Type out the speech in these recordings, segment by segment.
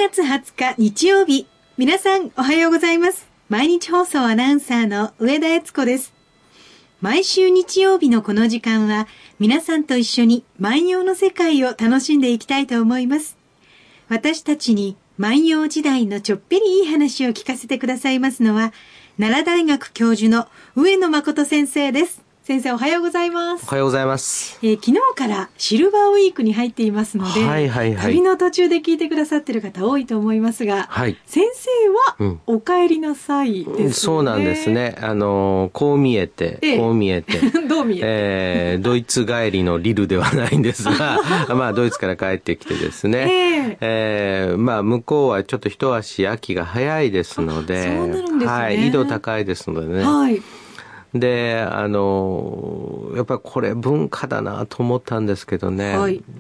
月20日日曜日、皆さんおはようございます。毎日放送アナウンサーの上田悦子です。毎週日曜日のこの時間は、皆さんと一緒に万葉の世界を楽しんでいきたいと思います。私たちに万葉時代のちょっぴりいい話を聞かせてくださいますのは、奈良大学教授の上野誠先生です。先生、おはようございます。 おはようございます。 昨日からシルバーウィークに入っていますので、旅の途中で聞いてくださっている方多いと思いますが、先生はお帰りなさいですね。 そうなんですね。こう見えて、こう見えてどう見えて、 ドイツ帰りのリルではないんですがまあドイツから帰ってきてですね、まあ向こうはちょっと一足秋が早いですので、 そうなるんですね。 緯度高いですのでね、で、やっぱりこれ文化だなと思ったんですけどね、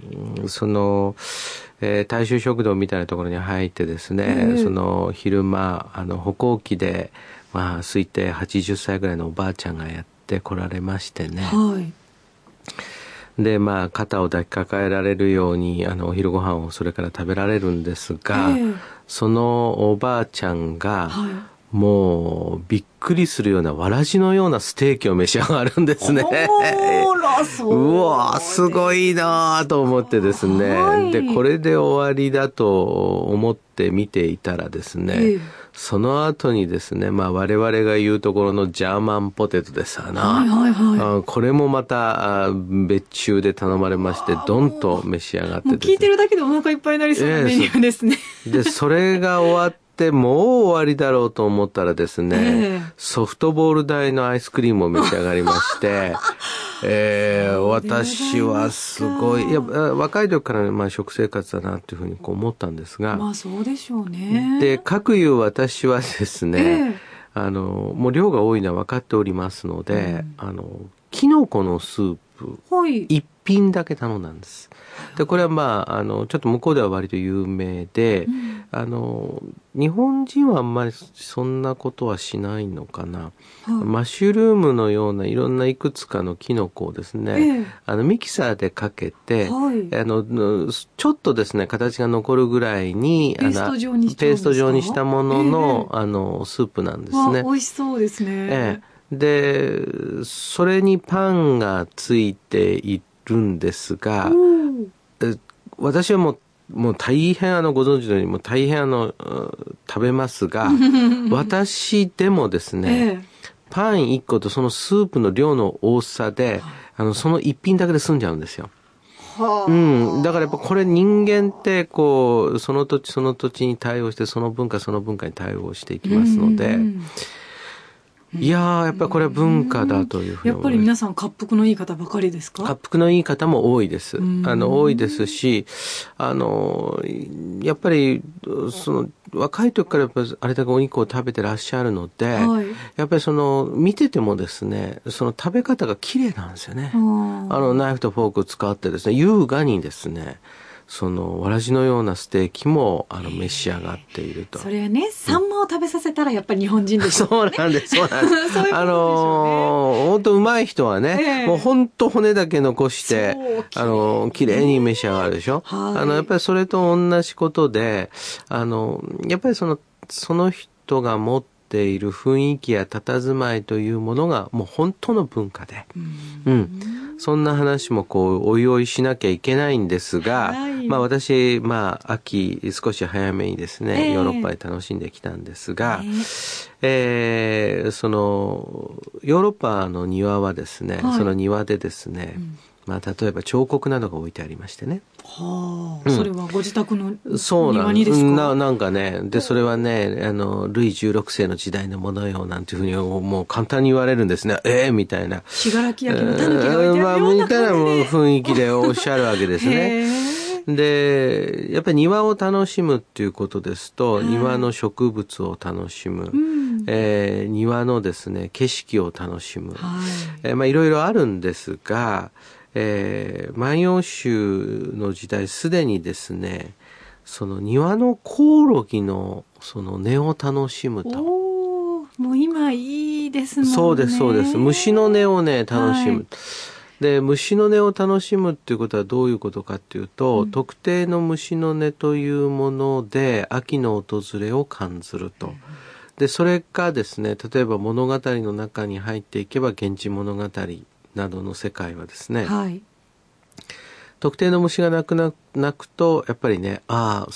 大衆食堂みたいなところに入ってですね、その昼間、歩行器で、まあ、推定80歳ぐらいのおばあちゃんがやって来られましてね。で、まあ、肩を抱きかかえられるように、お昼ご飯をそれから食べられるんですが、そのおばあちゃんが、もうびっくりするようなわらじのようなステーキを召し上がるんですね。うわ、すごいなと思ってですね、でこれで終わりだと思って見ていたらですね、その後にですね、まあ我々が言うところのジャーマンポテトですわな、これもまた別注で頼まれまして、どんと召し上がってですね、 もう聞いてるだけでお腹いっぱいになりそうなメニューですね。 でそれが終わってもう終わりだろうと思ったらですね、ソフトボール大のアイスクリームを召し上がりまして私はすごい、いや若い時から、まあ、食生活だなというふうに思ったんですが、 まあそうでしょうね。 で各いう私はですね、もう量が多いのは分かっておりますので、キノコのスープ一品だけ頼んだんです。でこれはまあちょっと向こうでは割と有名で、日本人はあんまりそんなことはしないのかな、マッシュルームのようないろんないくつかのキノコをですね、ミキサーでかけて、ちょっとですね形が残るぐらいにペースト状にしたものの、スープなんですね。 美味しそうですね。 でそれにパンがついているんですが、私はもう大変ご存知のようにもう大変食べますが私でもですね、パン1個とそのスープの量の多さでその一品だけで済んじゃうんですよ。だからやっぱこれ人間ってこうその土地その土地に対応して、その文化その文化に対応していきますので、いやーやっぱりこれは文化だというふうに思います。 やっぱり皆さん恰幅のいい方ばかりですか？ 恰幅のいい方も多いです。多いですし、やっぱりその若い時からやっぱりあれだけお肉を食べてらっしゃるので、やっぱり見ててもですね、その食べ方が綺麗なんですよね。ナイフとフォークを使ってですね、優雅にですね、そのわらじのようなステーキも召し上がっていると。 それはね、サンマを食べさせたらやっぱり日本人ですよね。 そうなんです、そうなんです。本当うまい人はね、もう本当骨だけ残して綺麗に召し上がるでしょ。やっぱりそれと同じことで、やっぱりその人が持っている雰囲気や佇まいというものがもう本当の文化で、そんな話もおいおいしなきゃいけないんですが、まあ私、秋少し早めにですね、ヨーロッパで楽しんできたんですが、そのヨーロッパの庭はですね、その庭でですね、例えば彫刻などが置いてありましてね。 それはご自宅の庭にですか？ なんかね、でそれはね、ルイ16世の時代のものよなんていうふうにもう簡単に言われるんですね。みたいな。 信楽焼の狸が置いてあるような感じで、 みたいな雰囲気でおっしゃるわけですね。でやっぱり庭を楽しむっていうことですと、庭の植物を楽しむ、庭のですね景色を楽しむ、いろいろあるんですが、万葉集の時代すでにですね、その庭のコオロギのその音を楽しむと。 もう今いいですもんね。 そうですそうです。虫の音をね楽しむ。 で、虫の音を楽しむっていうことはどういうことかっていうと、特定の虫の音というもので秋の訪れを感じると。で、それがですね、例えば物語の中に入っていけば、源氏物語などの世界はですね、はい、特定の虫が鳴くと、やっぱりね、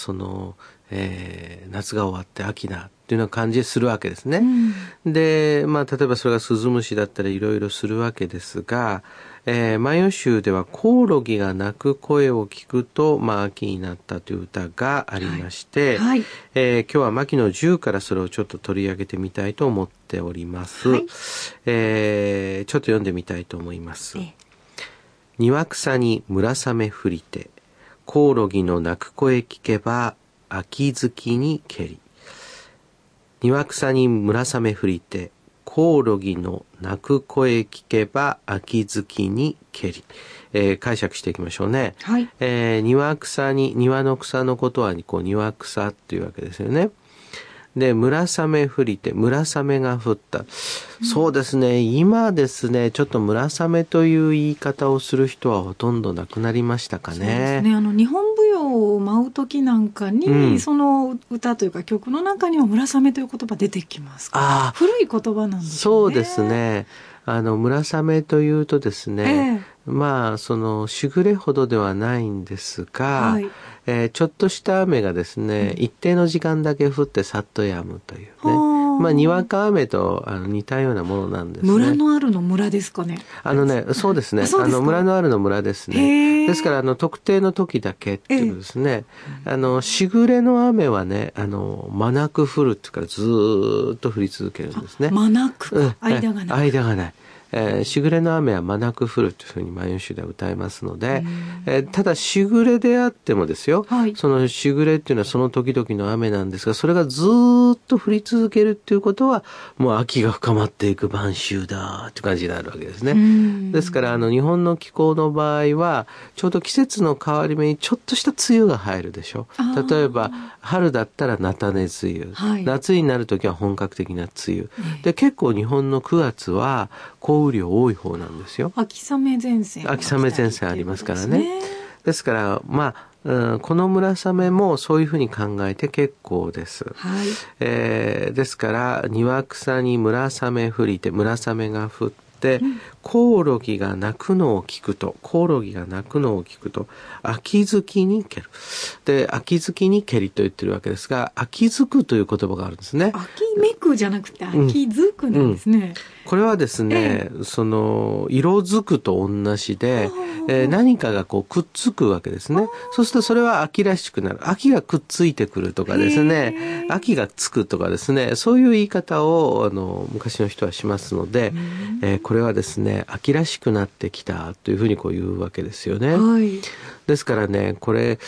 夏が終わって秋だっていうような感じするわけですね。で、例えばそれがスズムシだったりいろいろするわけですが、万葉集ではコオロギが鳴く声を聞くと、秋になったという歌がありまして、はいはい、今日は牧野十からそれをちょっと取り上げてみたいと思っております。はい、ちょっと読んでみたいと思います。庭草に村雨降りて、コオロギの鳴く声聞けば秋月にけり。庭草に村雨降りて、コオロギの鳴く声聞けば秋月にけり。解釈していきましょうね。はい。庭の草のことは庭草っていうわけですよね。で、村雨降りて、村雨が降った。そうですね、今ですね、ちょっと村雨という言い方をする人はほとんどなくなりましたかね。そうですね、 日本舞踊を舞う時なんかに、その歌というか曲の中には村雨という言葉出てきますから、古い言葉なんですね。 そうですね。村雨というとですね、しぐれほどではないんですが、はい、ちょっとした雨がですね、一定の時間だけ降ってさっと止むというね。にわか雨と似たようなものなんですね。 村のあるの村ですかね。 そうですね。村のあるの村ですね。ですから特定の時だけっていうことですね。しぐれの雨はね、間なく降るっていうからずーっと降り続けるんですね。 間なく、間がない。 間がない。しぐれの雨は間なく降るというふうに万葉集では歌いますので、ただしぐれであってもですよ、はい、そのしぐれっていうのはその時々の雨なんですが、それがずっと降り続けるっていうことは、もう秋が深まっていく晩秋だっていう感じになるわけですね。ですから日本の気候の場合はちょうど季節の変わり目にちょっとした梅雨が入るでしょ。例えば春だったら菜種梅雨、はい、夏になるときは本格的な梅雨、で結構日本の9月は降雨量多い方なんですよ。 秋雨前線ありますからね。ですからこの村雨もそういうふうに考えて結構です。はい、ですから庭草に村雨降りて、村雨が降って、コオロギが鳴くのを聞くと、秋月にける。で、秋月にけりと言ってるわけですが、秋づくという言葉があるんですね。 秋めくじゃなくて秋づくなんですね。 これはですね、色づくと同じで、何かがくっつくわけですね。そうするとそれは秋らしくなる。秋がくっついてくるとかですね、秋がつくとかですね、そういう言い方を昔の人はしますので、これはですね、秋らしくなってきたというふうに言うわけですよね。はい、ですからね、これ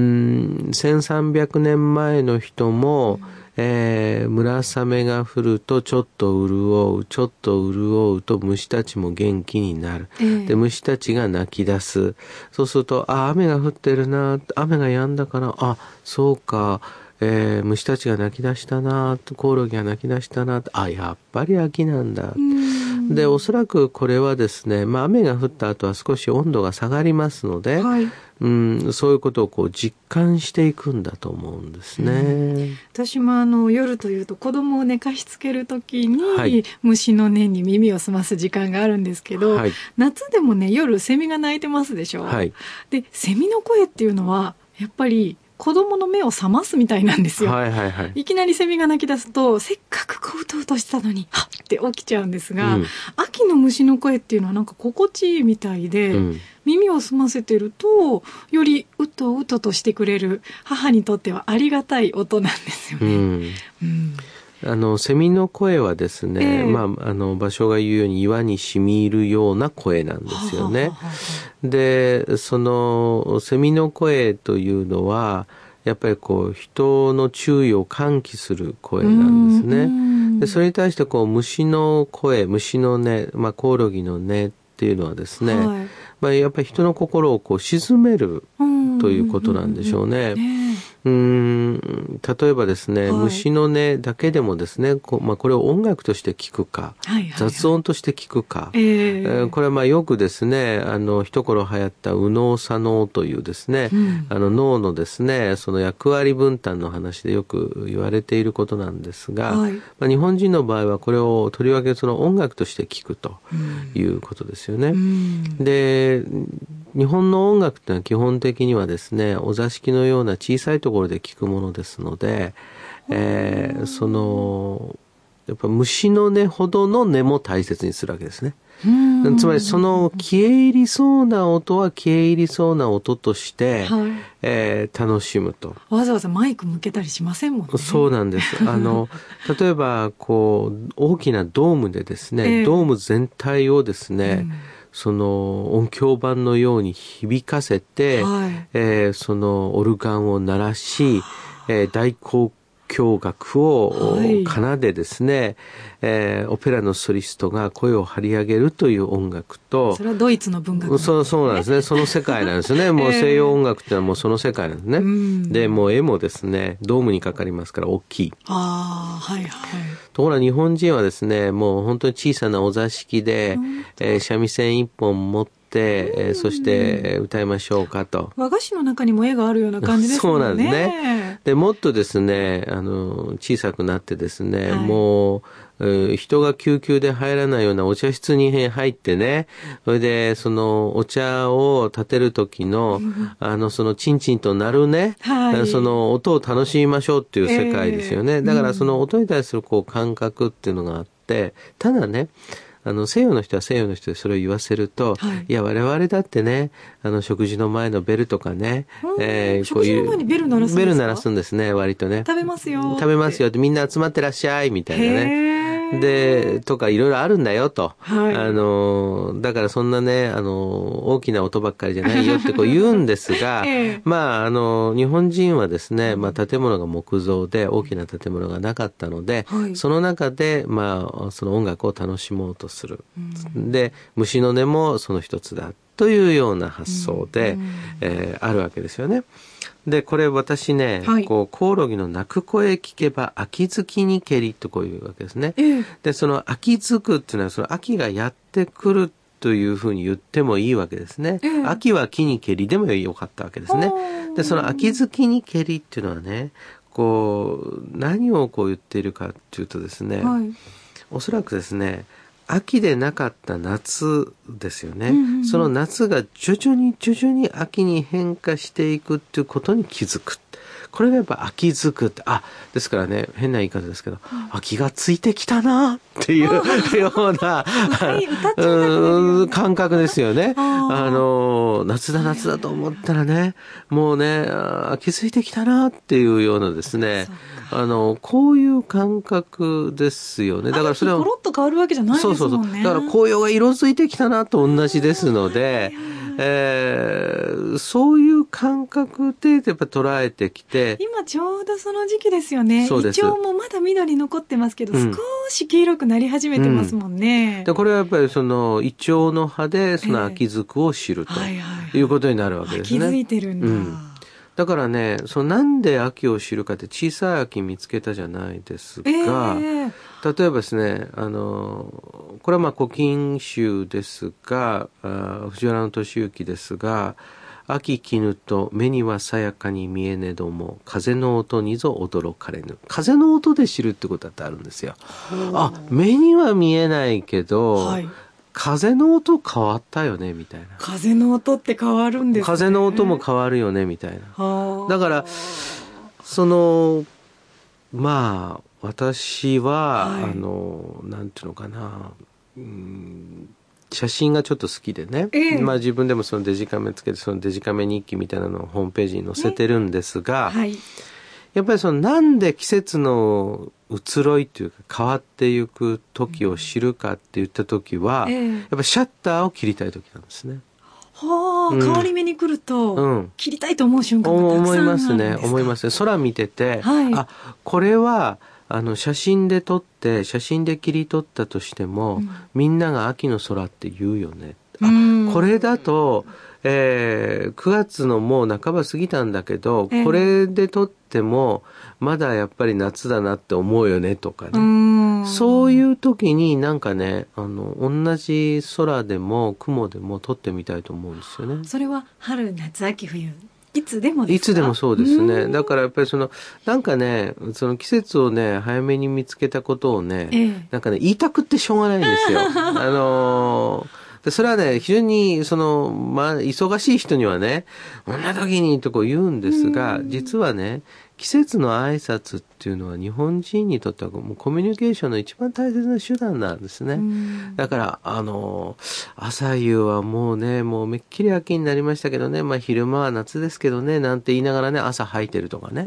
1300年前の人も、村雨が降るとちょっと潤うと虫たちも元気になる。で、虫たちが鳴き出す。そうすると、雨が降ってるな、雨が止んだかな、そうか、虫たちが鳴き出したな、コオロギが鳴き出したな、やっぱり秋なんだ。で、おそらくこれはですね、雨が降った後は少し温度が下がりますので、はい、そういうことを実感していくんだと思うんですね。 私も夜というと子供を寝かしつけるときに、はい、虫の音に耳を澄ます時間があるんですけど、はい、夏でもね、夜セミが鳴いてますでしょ。はい、で、セミの声っていうのはやっぱり子供の目を覚ますみたいなんですよ。はいはいはい、いきなりセミが鳴き出すと、せっかくうとうとしたのにはっって起きちゃうんですが、秋の虫の声っていうのはなんか心地いいみたいで、耳を澄ませてるとよりうとうととしてくれる、母にとってはありがたい音なんですよね。 セミの声はですね、場所が言うように岩に染み入るような声なんですよね。で、そのセミの声というのはやっぱり人の注意を喚起する声なんですね。で、それに対して虫の声、虫の音、コオロギの音っていうのはですね、やっぱり人の心を鎮めるということなんでしょうね。 例えばですね、虫の音だけでもですね、これを音楽として聞くか、雑音として聞くか、これはよくですね、一頃流行った右脳左脳というですね、脳のですね、その役割分担の話でよく言われていることなんですが、日本人の場合はこれをとりわけその音楽として聞くということですよね。で、日本の音楽ってのは基本的にはですね、お座敷のような小さいところで聞くものですので、そのやっぱ虫の音ほどの音も大切にするわけですね。つまりその消え入りそうな音は消え入りそうな音として、楽しむと。 わざわざマイク向けたりしませんもんね。 そうなんです。例えばこう大きなドームでですね、ドーム全体をですね、その音響板のように響かせて、そのオルガンを鳴らし、大交響楽を奏でですね、オペラのソリストが声を張り上げるという音楽と、 それはドイツの文学なんですね。 そうなんですね。その世界なんですね。もう西洋音楽ってのはもうその世界なんですね。で、もう絵もですね、ドームにかかりますから大きい。ところが日本人はですね、もう本当に小さなお座敷で、三味線一本持って、そして歌いましょうかと。 和菓子の中にも絵があるような感じですもんね。 そうなんですね。で、もっとですね、小さくなってですね、もう、人が救急で入らないようなお茶室に入ってね、それで、そのお茶を立てる時の、そのチンチンと鳴るね、その音を楽しみましょうっていう世界ですよね。だからその音に対するこう感覚っていうのがあって、ただね、西洋の人は西洋の人でそれを言わせると、いや、我々だってね、食事の前のベルとかね、 食事の前にベル鳴らすんですか？ ベル鳴らすんですね、割とね。 食べますよってみんな集まってらっしゃい、みたいなね。で、とかいろいろあるんだよと。だからそんなね、大きな音ばっかりじゃないよってこう言うんですが、日本人はですね、建物が木造で大きな建物がなかったので、その中で、その音楽を楽しもうとする。で、虫の音もその一つだというような発想で、あるわけですよね。で、これ私ね、こう、コオロギの鳴く声聞けば秋月にけりとこういうわけですね。で、その秋づくっていうのは、その秋がやってくるというふうに言ってもいいわけですね。秋は木にけりでもよかったわけですね。で、その秋月にけりっていうのはね、こう、何をこう言っているかっていうとですね、おそらくですね、秋でなかった夏ですよね。その夏が徐々に秋に変化していくっていうことに気づく。これがやっぱ秋づくって、ですからね、変な言い方ですけど、秋がついてきたなっていうような感覚ですよね。夏だと思ったらね、もうね、秋づいてきたなっていうようなですね、こういう感覚ですよね。だからそれはコロッと変わるわけじゃないですもんね。 だから紅葉が色づいてきたなと同じですので、そういう感覚でやっぱ捉えてきて、 今ちょうどその時期ですよね。 そうです。 イチョウもまだ緑残ってますけど、少し黄色くなり始めてますもんね。 でこれはやっぱりそのイチョウの葉でその秋づくを知るということになるわけですね。 気づいてるんだ。 だからね、なんで秋を知るかって小さい秋見つけたじゃないですが、例えばですね、これは古今集ですが、藤原敏之ですが、秋絹と目にはさやかに見えねども、風の音にぞ驚かれぬ。風の音で知るってことだってあるんですよ。目には見えないけど、風の音変わったよねみたいな。 風の音って変わるんですね。 風の音も変わるよねみたいな。だから私は、なんていうのかな、写真がちょっと好きでね、自分でもそのデジカメつけてそのデジカメ日記みたいなのをホームページに載せてるんですが、やっぱりなんで季節の移ろいというか変わっていく時を知るかって言った時は、やっぱりシャッターを切りたい時なんですね。 変わり目に来ると、切りたいと思う瞬間がたくさんあるんですか？ 思いますね。空見てて、これは写真で切り取ったとしても、みんなが秋の空って言うよね。これだと、 9月のもう半ば過ぎたんだけど、これで撮ってもまだやっぱり夏だなって思うよねとかね。そういう時になんかね、同じ空でも雲でも撮ってみたいと思うんですよね。 それは春、夏、秋、冬。いつでもですか？ いつでもそうですね。だからやっぱりなんかね、その季節をね、早めに見つけたことをね、なんかね、言いたくってしょうがないんですよ。でそれはね、非常に、忙しい人にはね、こんな時にとこう言うんですが、実はね、季節の挨拶っていうのは日本人にとってはもうコミュニケーションの一番大切な手段なんですね。だから、朝夕はもうね、もうめっきり秋になりましたけどね、まあ昼間は夏ですけどね、なんて言いながらね、朝吐いてるとかね。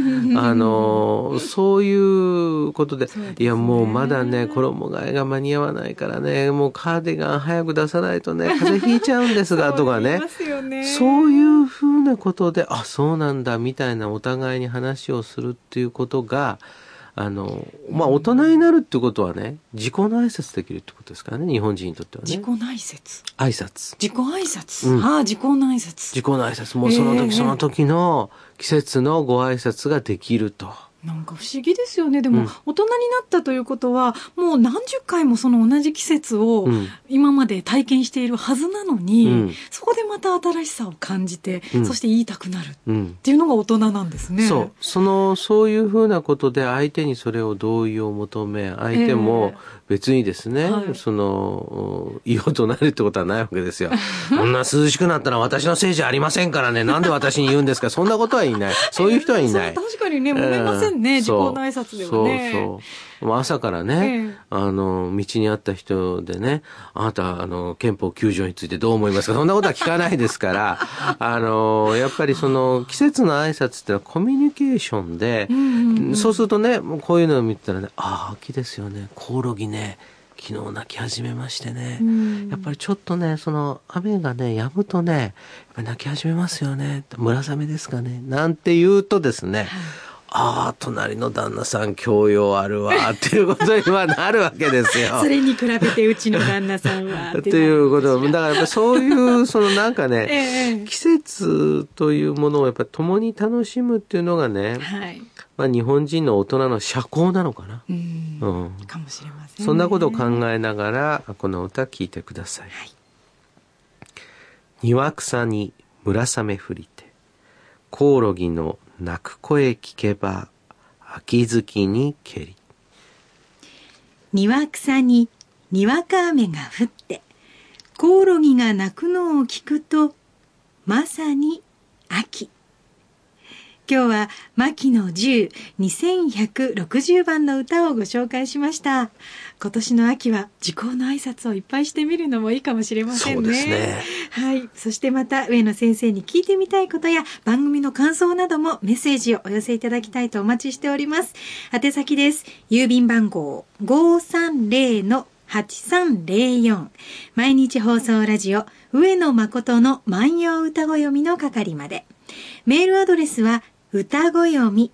そういうことで、いやもうまだね、衣替えが間に合わないからね、もうカーディガン早く出さないとね、風邪ひいちゃうんですが、とかね。そういうふうなことで、あ、そうなんだ、みたいなお互いに話をするっていうことが、大人になるってことはね、自己の挨拶できるってことですからね、日本人にとってはね。 自己の挨拶。 挨拶。 自己挨拶。自己の挨拶。 自己の挨拶。もうその時その時の季節のご挨拶ができると。 なんか不思議ですよね。でも、大人になったということは、もう何十回もその同じ季節を今まで体験しているはずなのに、そこでまた新しさを感じて、そして言いたくなるっていうのが大人なんですね。 そういうふうなことで相手にそれを同意を求め、相手も別にですね、異様となるってことはないわけですよ。そんな涼しくなったら私のせいじゃありませんからね、なんで私に言うんですか、そんなことは言いない。そういう人はいない。 確かにね、揉めませんね、自己の挨拶ではね。 朝からね、道にあった人でね、あなた、憲法9条についてどう思いますか、そんなことは聞かないですから、やっぱり季節の挨拶ってのはコミュニケーションで、そうするとね、こういうのを見てたらね、秋ですよね、コオロギね、昨日泣き始めましてね、やっぱりちょっとね、雨がね、止むとね、やっぱり泣き始めますよね、村雨ですかね、なんて言うとですね、隣の旦那さん教養あるわっていうことにはなるわけですよ。 それに比べてうちの旦那さんはっていうことだからやっぱそういうなんかね、季節というものをやっぱり共に楽しむっていうのがね、日本人の大人の社交なのかな。 かもしれませんね。 そんなことを考えながらこの歌聴いてください。庭草に村雨降りて、コオロギの鳴く声聞けば秋月にけり。 庭草ににわか雨が降って、コオロギが鳴くのを聞くとまさに秋。今日は牧野10 2160番の歌をご紹介しました。今年の秋は時効の挨拶をいっぱいしてみるのもいいかもしれませんね。 そうですね。 はい。そしてまた上野先生に聞いてみたいことや番組の感想などもメッセージをお寄せいただきたいとお待ちしております。宛先です。郵便番号 530-8304 毎日放送ラジオ上野誠の万葉歌ご読みの係まで。メールアドレスは歌ごよみ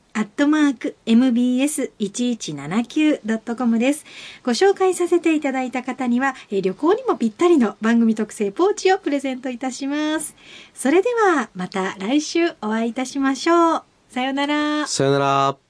@mbs1179.com です。ご紹介させていただいた方には旅行にもぴったりの番組特製ポーチをプレゼントいたします。それではまた来週お会いいたしましょう。さよなら。 さよなら。